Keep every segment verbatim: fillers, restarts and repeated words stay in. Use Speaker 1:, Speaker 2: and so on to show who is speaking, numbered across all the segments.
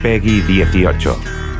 Speaker 1: Peggy dieciocho.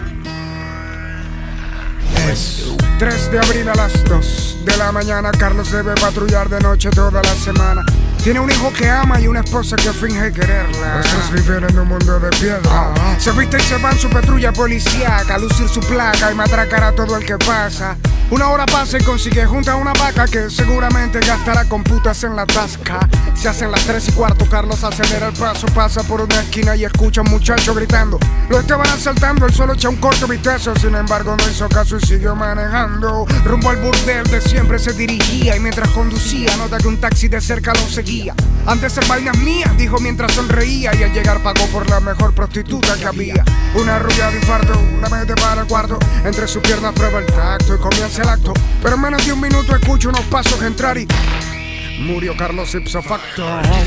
Speaker 2: Es tres de abril a las dos de la mañana. Carlos debe patrullar de noche toda la semana. Tiene un hijo que ama y una esposa que finge quererla. Los tres viven en un mundo de piedra. Se viste y se va en su patrulla policíaca, a lucir su placa y matracar a todo el que pasa. Una hora pasa y consigue junta una vaca que seguramente gastará con putas en la tasca. Se hacen las tres y cuarto, Carlos acelera el paso, pasa por una esquina y escucha a un muchacho gritando. Lo estaban asaltando, él solo echa un corto vistazo, sin embargo no hizo caso y siguió manejando. Rumbo al burdel de siempre se dirigía y mientras conducía nota que un taxi de cerca lo seguía. Antes de ser vainas mías, dijo mientras sonreía, y al llegar pagó por la mejor prostituta que había. Una rubia de infarto, la mete para el cuarto, entre sus piernas prueba el tacto y comienza el acto. Pero en menos de un minuto escucho unos pasos entrar y murió Carlos ipso facto.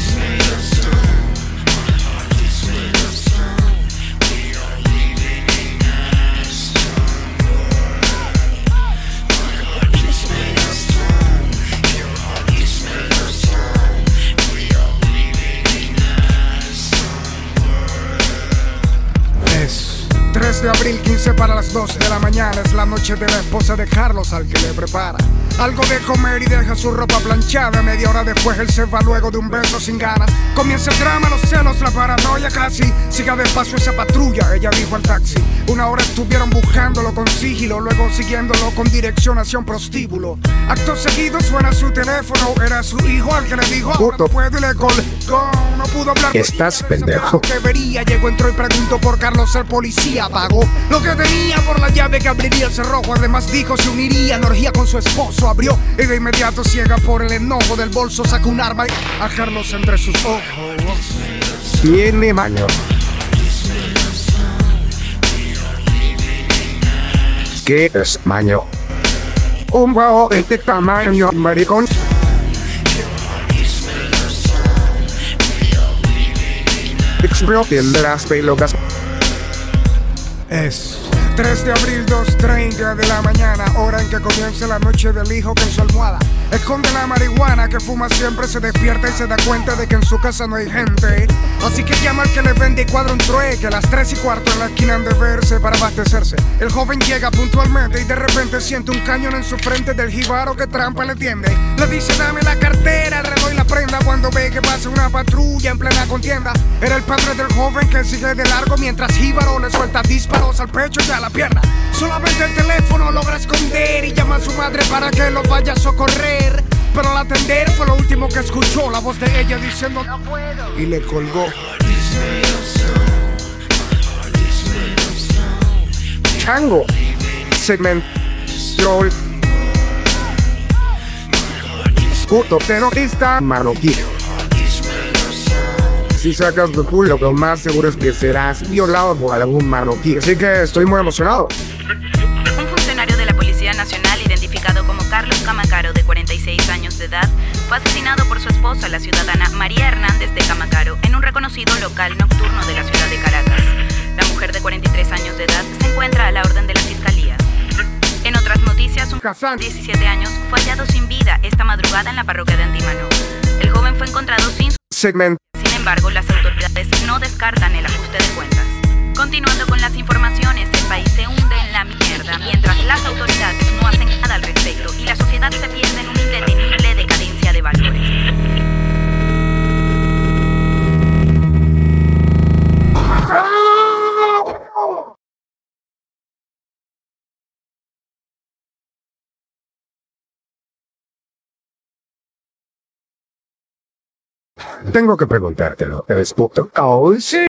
Speaker 2: tres de abril, quince para las dos de la mañana. Es la noche de la esposa de Carlos al que le prepara algo de comer y deja su ropa planchada. Media hora después él se va luego de un beso sin ganas. Comienza el drama, los celos, la paranoia casi. Siga despacio esa patrulla, ella dijo al taxi. Una hora estuvieron buscándolo con sigilo, luego siguiéndolo con dirección hacia un prostíbulo. Acto seguido suena su teléfono, era su hijo al que le dijo ahora no puedo y le colgó. No pudo hablar.
Speaker 3: Estás pendejo.
Speaker 2: Que vería, llegó, entró y preguntó por Carlos el policía. Pagó lo que tenía por la llave que abriría el cerrojo. Además dijo se uniría en orgía con su esposo. Abrió y de inmediato, ciega por el enojo, del bolso sacó un arma y a Carlos entre sus ojos.
Speaker 3: Tiene maño. ¿Qué es maño?
Speaker 2: Un huevo de este tamaño, maricón.
Speaker 3: Exploten de las pelotas.
Speaker 2: Es tres de abril, dos treinta de la mañana, hora en que comienza la noche del hijo que en su almohada esconde la marihuana que fuma siempre. Se despierta y se da cuenta de que en su casa no hay gente, así que llama al que le vende y cuadra un trueque. Las tres y cuarto en la esquina han de verse para abastecerse. El joven llega puntualmente y de repente siente un cañón en su frente del jíbaro que trampa le tiende. Le dice dame la cartera, el reloj y la prenda, cuando ve que pasa una patrulla en plena contienda. Era el padre del joven que sigue de largo mientras jíbaro le suelta disparos al pecho y a la pierna. Solamente el teléfono logra esconder y llama a su madre para que lo vaya a socorrer. Pero al atender fue lo último que escuchó, la voz de ella diciendo no puedo, y le colgó.
Speaker 3: Chango. Segmento. Puto terrorista marroquí. Si sacas tu culo, lo más seguro es que serás violado por algún marroquí. Así que estoy muy emocionado.
Speaker 4: Un funcionario de la Policía Nacional, identificado como Carlos Camacaro, de cuarenta y seis años de edad, fue asesinado por su esposa, la ciudadana María Hernández de Camacaro, en un reconocido local nocturno de la ciudad de Caracas. La mujer de cuarenta y tres años de edad se encuentra a la orden de la fiscalía. En otras noticias, un joven de diecisiete años fue hallado sin vida esta madrugada en la parroquia de Antímano. El joven fue encontrado sin su...
Speaker 3: Segmento.
Speaker 4: Sin embargo, las autoridades no descartan el ajuste de cuentas. Continuando con las informaciones, el país se hunde en la mierda mientras las autoridades no hacen nada al respecto y la sociedad se pierde en una indetenible decadencia de valores.
Speaker 3: Tengo que preguntártelo. ¿Eres puto? Oh, sí.